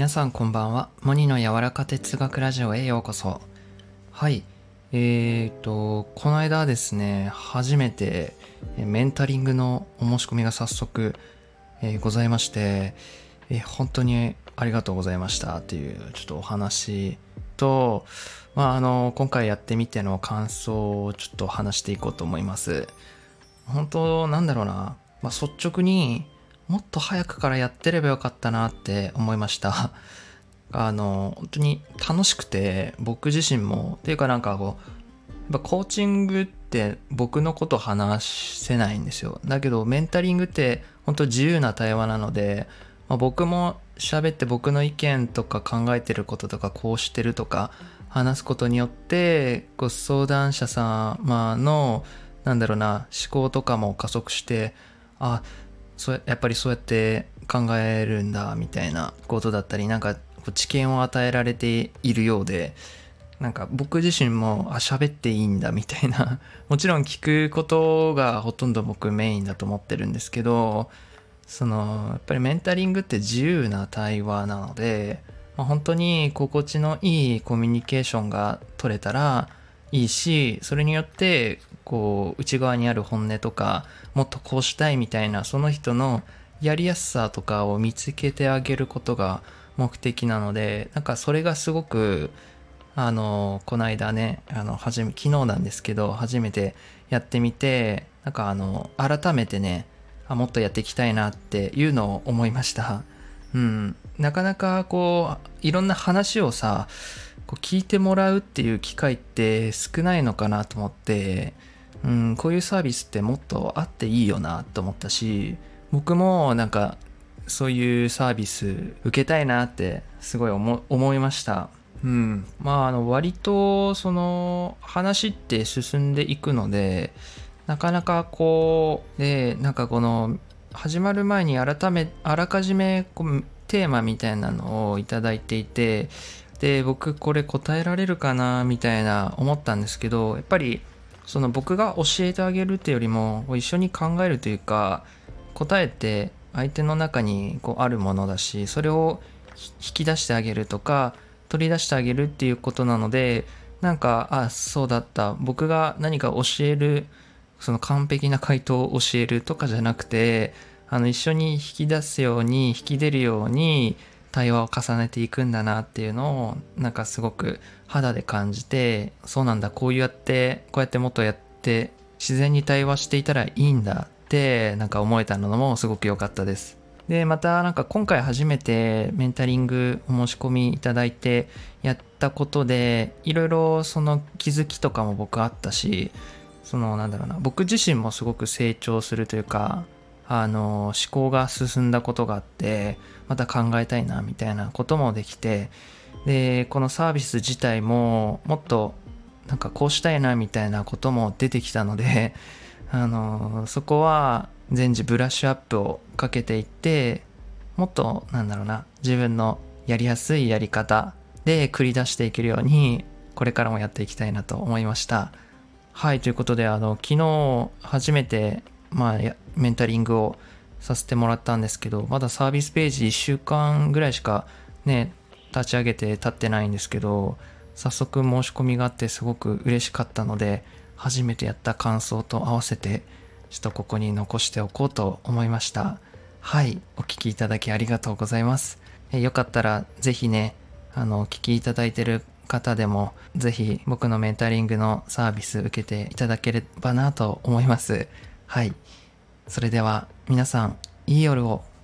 皆さんこんばんは。モニの柔らか哲学ラジオへようこそ。はい。この間ですね、初めてメンタリングのお申し込みが早速、ございまして、本当にありがとうございましたっていうちょっとお話と、今回やってみての感想をちょっと話していこうと思います。本当なんだろうな、率直にもっと早くからやってればよかったなって思いました。本当に楽しくて、僕自身もっていうかやっぱコーチングって僕のこと話せないんですよ。だけどメンタリングって本当自由な対話なので、僕も喋って僕の意見とか考えてることとかこうしてるとか話すことによって相談者様の思考とかも加速して、やっぱりそうやって考えるんだみたいなことだったり、知見を与えられているようで、僕自身も喋っていいんだみたいなもちろん聞くことがほとんど僕メインだと思ってるんですけど、やっぱりメンタリングって自由な対話なので、本当に心地のいいコミュニケーションが取れたらいいし、それによって内側にある本音とかもっとこうしたいみたいなその人のやりやすさとかを見つけてあげることが目的なので、それがすごくこの間ね、昨日なんですけど初めてやってみて、改めてね、もっとやっていきたいなっていうのを思いました。なかなかいろんな話をさ、聞いてもらうっていう機会って少ないのかなと思って、こういうサービスってもっとあっていいよなと思ったし、僕もそういうサービス受けたいなってすごい思いました。割とその話って進んでいくので、なかなかこの始まる前にあらかじめテーマみたいなのをいただいていて、で僕これ答えられるかなみたいな思ったんですけど、やっぱりその僕が教えてあげるっていうよりも一緒に考えるというか、答えって相手の中にあるものだし、それを引き出してあげるとか取り出してあげるっていうことなので、そうだった、僕が何か教える、その完璧な回答を教えるとかじゃなくて、一緒に引き出すように引き出るように対話を重ねていくんだなっていうのをすごく肌で感じて、そうなんだ、こうやってもっとやって自然に対話していたらいいんだって思えたのもすごく良かったです。でまた今回初めてメンタリングお申し込みいただいてやったことで、いろいろその気づきとかも僕あったし、僕自身もすごく成長するというか、思考が進んだことがあって、また考えたいなみたいなこともできて、でこのサービス自体ももっとこうしたいなみたいなことも出てきたので、そこは全時ブラッシュアップをかけていって、もっと自分のやりやすいやり方で繰り出していけるようにこれからもやっていきたいなと思いました。はい、ということで昨日初めてメンタリングをさせてもらったんですけど、まだサービスページ1週間ぐらいしかね立ち上げて立ってないんですけど、早速申し込みがあってすごく嬉しかったので、初めてやった感想と合わせてちょっとここに残しておこうと思いました。はい、お聞きいただきありがとうございます。よかったらぜひね、お聞きいただいてる方でもぜひ僕のメンタリングのサービス受けていただければなと思います。はい、それでは皆さんいい夜を。